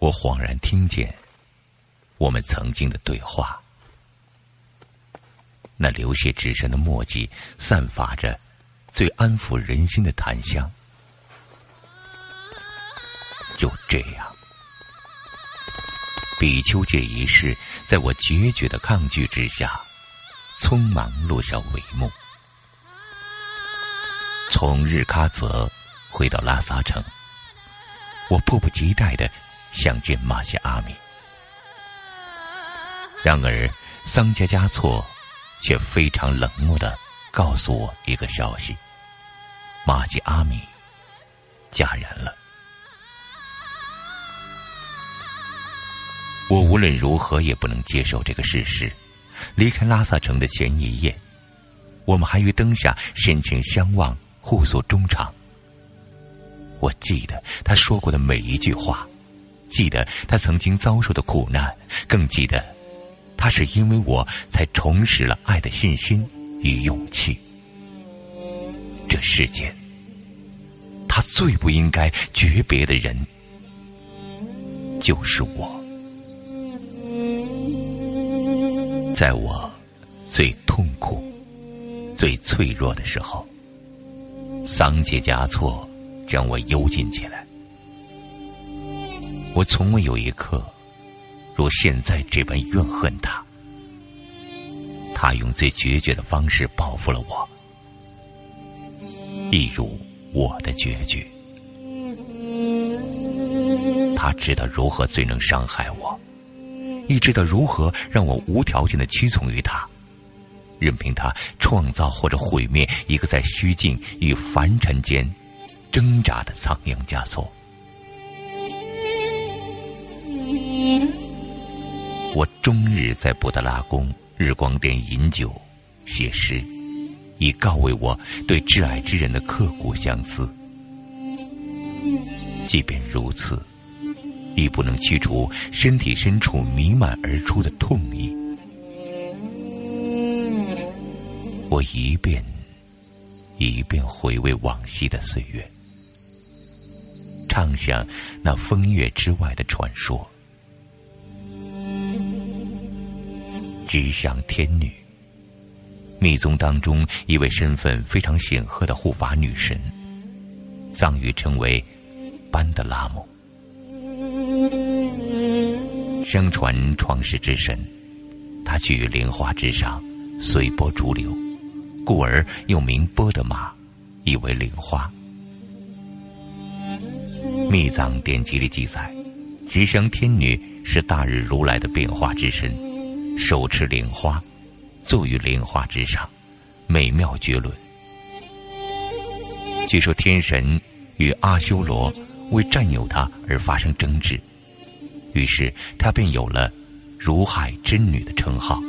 我恍然听见我们曾经的对话，那流泻纸上的墨迹散发着最安抚人心的檀香。就这样，比丘戒一事在我决绝的抗拒之下匆忙落下帷幕。从日喀则回到拉萨城，我迫不及待地想见玛吉阿米。然而桑杰嘉措却非常冷漠地告诉我一个消息：玛吉阿米嫁人了。我无论如何也不能接受这个事实。离开拉萨城的前一夜，我们还于灯下深情相望，互诉衷肠。我记得他说过的每一句话，记得他曾经遭受的苦难，更记得他是因为我才重拾了爱的信心与勇气。这世间，他最不应该诀别的人，就是我。在我最痛苦、最脆弱的时候，桑杰嘉措将我幽禁起来。我从未有一刻如现在这般怨恨他。他用最决绝的方式报复了我，一如我的决绝。他知道如何最能伤害我，亦知道如何让我无条件地屈从于他，任凭他创造或者毁灭一个在虚境与凡尘间挣扎的仓央嘉措。我终日在布达拉宫日光殿饮酒写诗，以告慰我对挚爱之人的刻骨相思。即便如此，亦不能驱除身体深处弥漫而出的痛意。我一遍一遍回味往昔的岁月，畅想那风月之外的传说。吉祥天女，密宗当中一位身份非常显赫的护法女神，藏语称为班德拉姆。相传创世之神，他居于莲花之上，随波逐流，故而又名波德玛，意为莲花。密藏典籍里记载，吉祥天女是大日如来的变化之身，手持莲花，坐于莲花之上，美妙绝伦。据说天神与阿修罗为占有他而发生争执，于是他便有了如海之女的称号。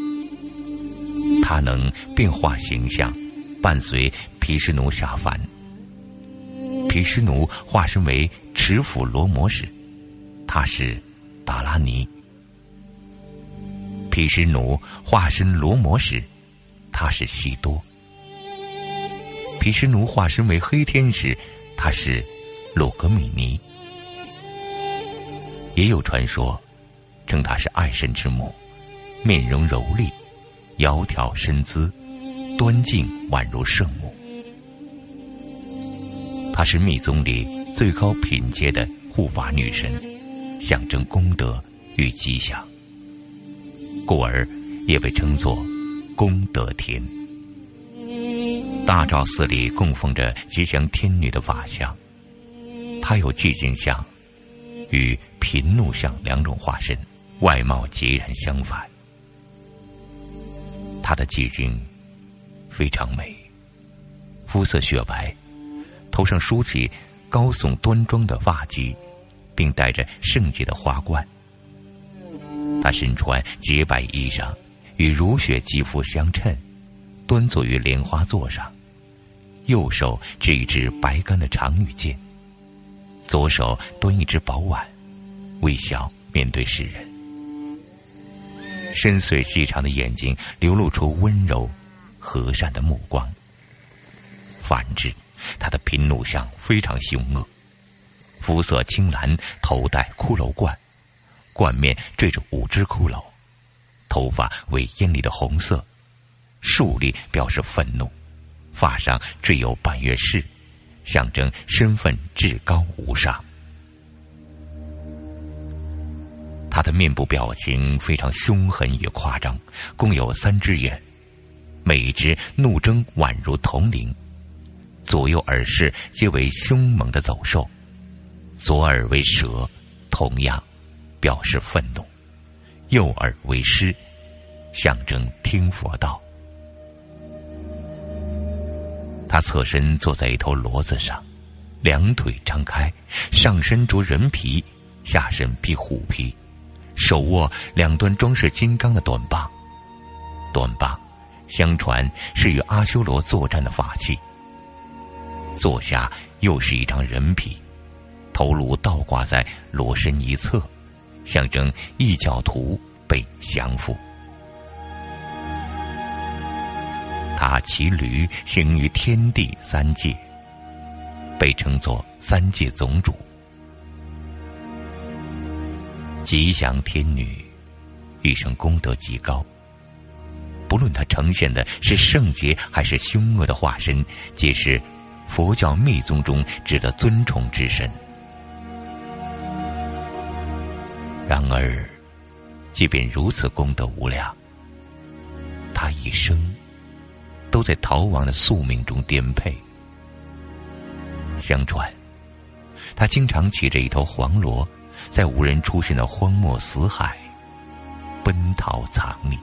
他能变化形象，伴随毗湿奴下凡。毗湿奴化身为持斧罗摩时，他是达拉尼；毗湿奴化身罗摩时，他是悉多；毗湿奴化身为黑天时，他是鲁格米尼。也有传说称她是爱神之母，面容柔丽，窈窕身姿，端静宛如圣母。她是密宗里最高品阶的护法女神，象征功德与吉祥，故而也被称作功德天。大昭寺里供奉着吉祥天女的法像，她有寂静像与贫怒像两种化身，外貌截然相反。她的寂静非常美，肤色雪白，头上梳起高耸端庄的发髻，并戴着圣洁的花冠。她身穿洁白衣裳，与如雪肌肤相衬，端坐于莲花座上，右手执一支白干的长羽箭，左手端一只宝碗，微笑面对世人。深邃细长的眼睛流露出温柔和善的目光。反之，他的贫怒相非常凶恶， 肤色青蓝，头戴骷髅冠，冠面缀着5只骷髅，头发为艳丽的红色，竖立表示愤怒，发上缀有半月饰，象征身份至高无上。他的面部表情非常凶狠与夸张，共有3只眼，每一只怒睁宛如铜铃，左右耳饰皆为凶猛的走兽，左耳为蛇，同样表示愤怒，右耳为狮，象征听佛道。他侧身坐在一头骡子上，两腿张开，上身着人皮，下身披虎皮，手握2端装饰金刚的短棒。短棒相传是与阿修罗作战的法器。坐下又是一张人皮，头颅倒挂在骡身一侧，象征异教徒被降服。他骑驴行于天地3界，被称作3界总主。吉祥天女一生功德极高，不论她呈现的是圣洁还是凶恶的化身，皆是佛教密宗中值得尊崇之神。然而即便如此功德无量，他一生都在逃亡的宿命中颠沛。相传他经常骑着一头黄骡，在无人出现的荒漠死海奔逃藏匿。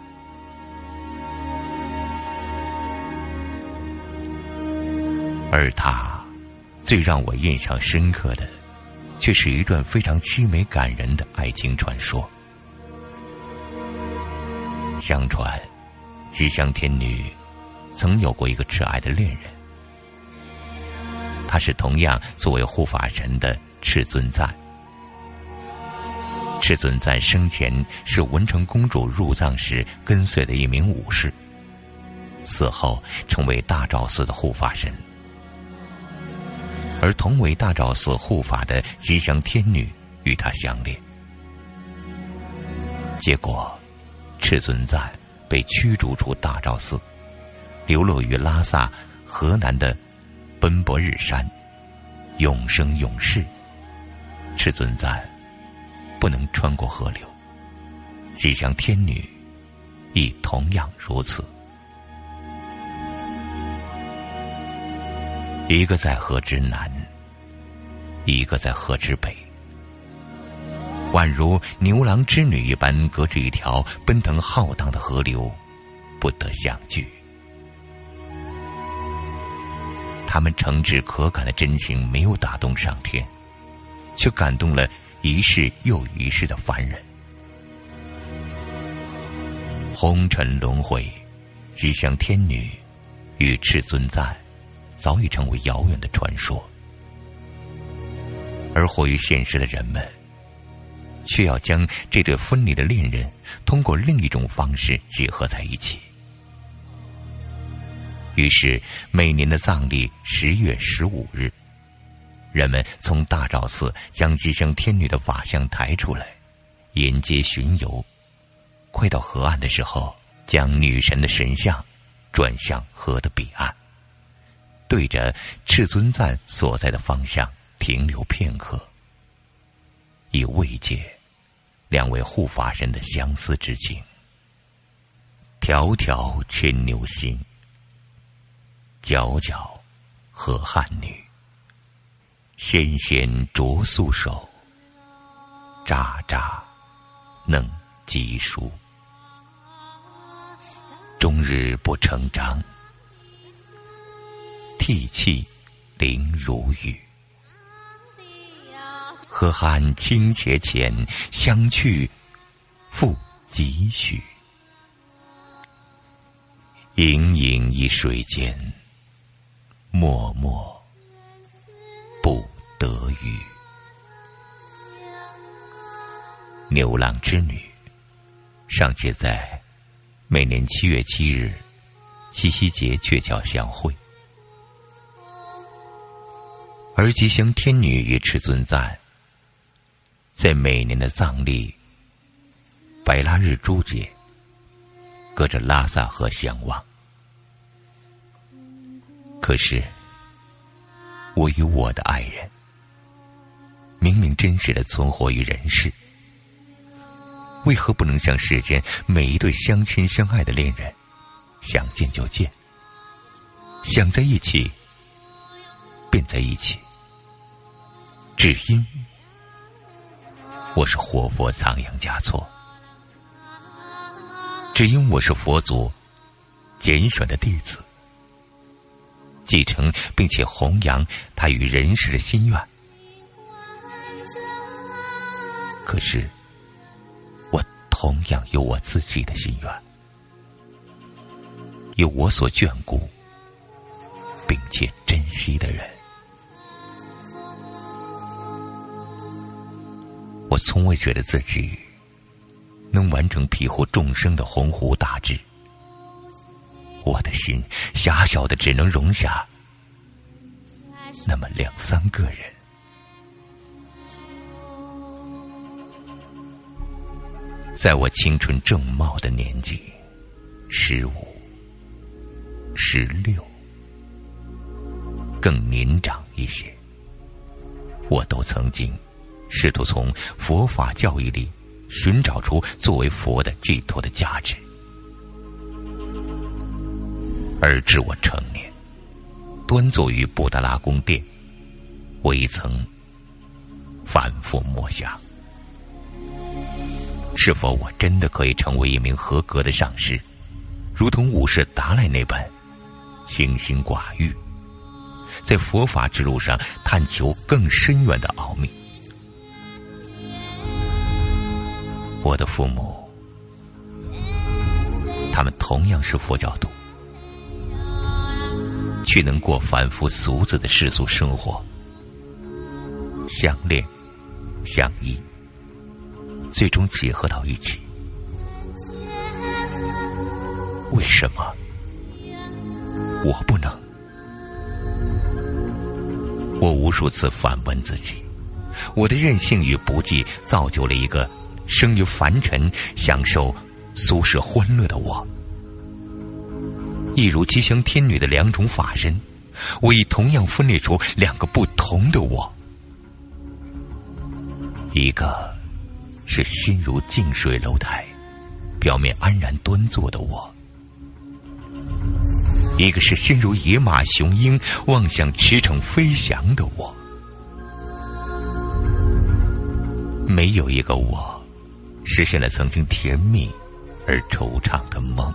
而他最让我印象深刻的，却是一段非常凄美感人的爱情传说。相传吉祥天女曾有过一个挚爱的恋人，他是同样作为护法神的赤尊赞。赤尊赞生前是文成公主入藏时跟随的一名武士，死后成为大昭寺的护法神。而同为大昭寺护法的吉祥天女与他相恋，结果赤尊赞被驱逐出大昭寺，流落于拉萨河南的奔波日山，永生永世。赤尊赞不能穿过河流，吉祥天女亦同样如此。一个在河之南，一个在河之北，宛如牛郎织女一般，隔着一条奔腾浩荡的河流，不得相聚。他们诚挚可感的真情没有打动上天，却感动了一世又一世的凡人。红尘轮回，吉祥天女与赤尊赞早已成为遥远的传说，而活于现实的人们却要将这对分离的恋人通过另一种方式结合在一起。于是每年的藏历10月15日，人们从大昭寺将吉祥天女的法像抬出来，沿街巡游，快到河岸的时候，将女神的神像转向河的彼岸，对着赤尊赞所在的方向停留片刻，以慰藉2位护法神的相思之情。迢迢牵牛星，皎皎河汉女。纤纤擢素手，札札能集书。终日不成章，涕泣零如雨。河汉清且浅，相去复几许。盈盈一水间，脉脉不得语。牛郎织女尚且在每年7月7日七夕节鹊桥相会， 而吉祥天女与赤尊赞，在每年的藏历白拉日珠节，隔着拉萨河相望。可是，我与我的爱人，明明真实的存活于人世，为何不能像世间每一对相亲相爱的恋人，想见就见，想在一起便在一起？只因我是活佛仓央嘉措，只因我是佛祖拣选的弟子，继承并且弘扬他与人世的心愿。可是我同样有我自己的心愿，有我所眷顾并且珍惜的人。我从未觉得自己能完成庇护众生的鸿鹄大志，我的心狭小的只能容下那么2-3个人。在我青春正茂的年纪，15、16，更年长一些，我都曾经试图从佛法教义里寻找出作为佛的寄托的价值，而至我成年，端坐于布达拉宫殿，我已曾反复默想，是否我真的可以成为一名合格的上师，如同武士达赖那般清心寡欲，在佛法之路上探求更深远的奥秘。我的父母，他们同样是佛教徒，却能过凡夫俗子的世俗生活，相恋相依，最终结合到一起。为什么我不能？我无数次反问自己，我的任性与不羁造就了一个生于凡尘，享受俗世欢乐的我。一如吉祥天女的2种法身，我已同样分裂出2个不同的我。一个是心如静水楼台，表面安然端坐的我；一个是心如野马雄鹰，望向驰骋飞翔的我。没有一个我实现了曾经甜蜜而惆怅的梦。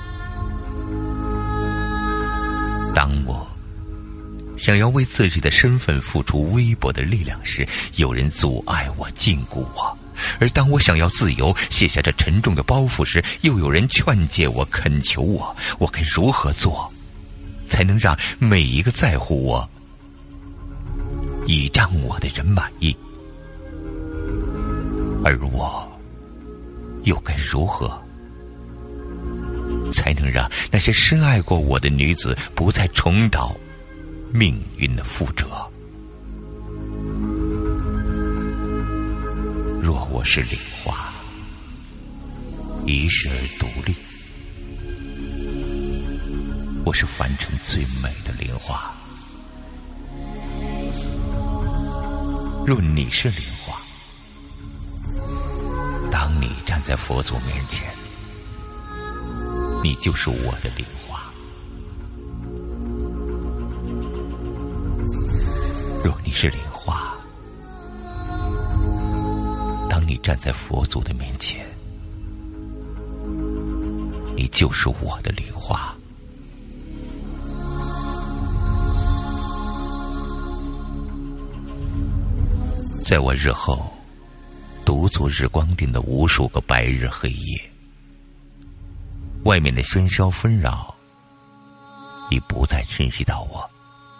当我想要为自己的身份付出微薄的力量时，有人阻碍我、禁锢我；而当我想要自由、卸下这沉重的包袱时，又有人劝诫我、恳求我。我该如何做，才能让每一个在乎我、倚仗我的人满意？而我又该如何，才能让那些深爱过我的女子不再重蹈命运的覆辙？若我是莲花，遗世而独立，我是凡尘最美的莲花。若你是莲花，当你站在佛祖面前，你就是我的莲花。若你是莲花，当你站在佛祖的面前，你就是我的莲花。在我日后独坐日光殿的无数个白日黑夜，外面的喧嚣纷扰已不再侵袭到我。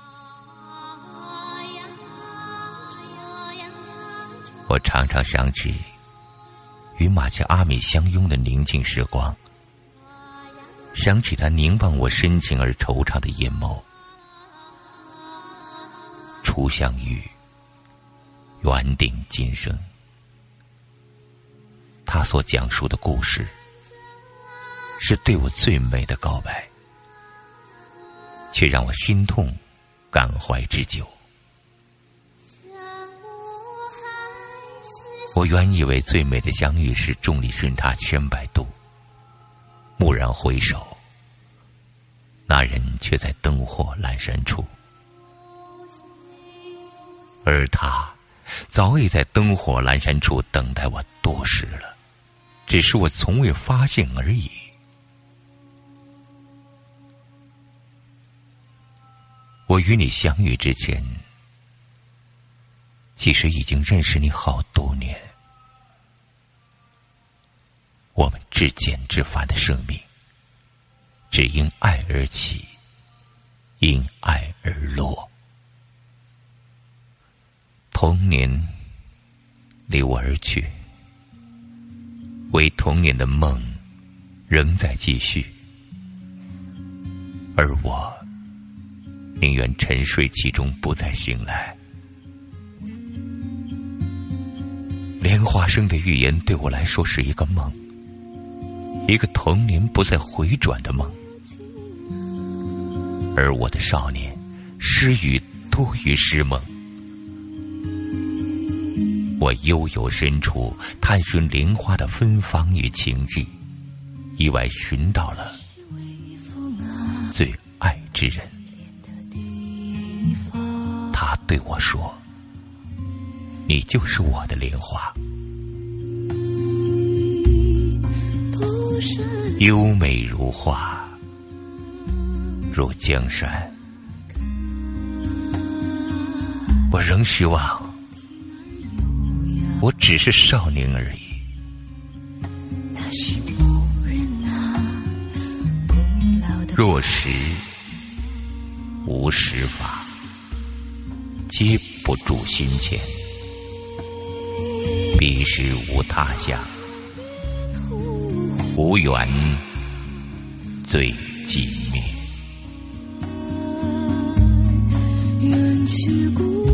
我常常想起与玛吉阿米相拥的宁静时光，想起他凝望我深情而惆怅的眼眸，触初相遇，缘定今生。他所讲述的故事，是对我最美的告白，却让我心痛，感怀之久。我原以为最美的相遇是众里寻他千百度，蓦然回首，那人却在灯火阑珊处，而他早已在灯火阑珊处等待我多时了，只是我从未发现而已。我与你相遇之前，其实已经认识你好多年。我们至简至繁的生命，只因爱而起，因爱而落。童年离我而去，唯童年的梦仍在继续，而我宁愿沉睡其中，不再醒来。莲花生的预言对我来说是一个梦，一个童年不再回转的梦，而我的少年诗语多于诗梦。我悠悠深处探寻莲花的芬芳与情迹，意外寻到了最爱之人。他对我说，你就是我的莲花，优美如画，如江山。我仍希望我只是少年而已。若时无时法，接不住心间。彼时无他乡，无缘最寂灭。远去故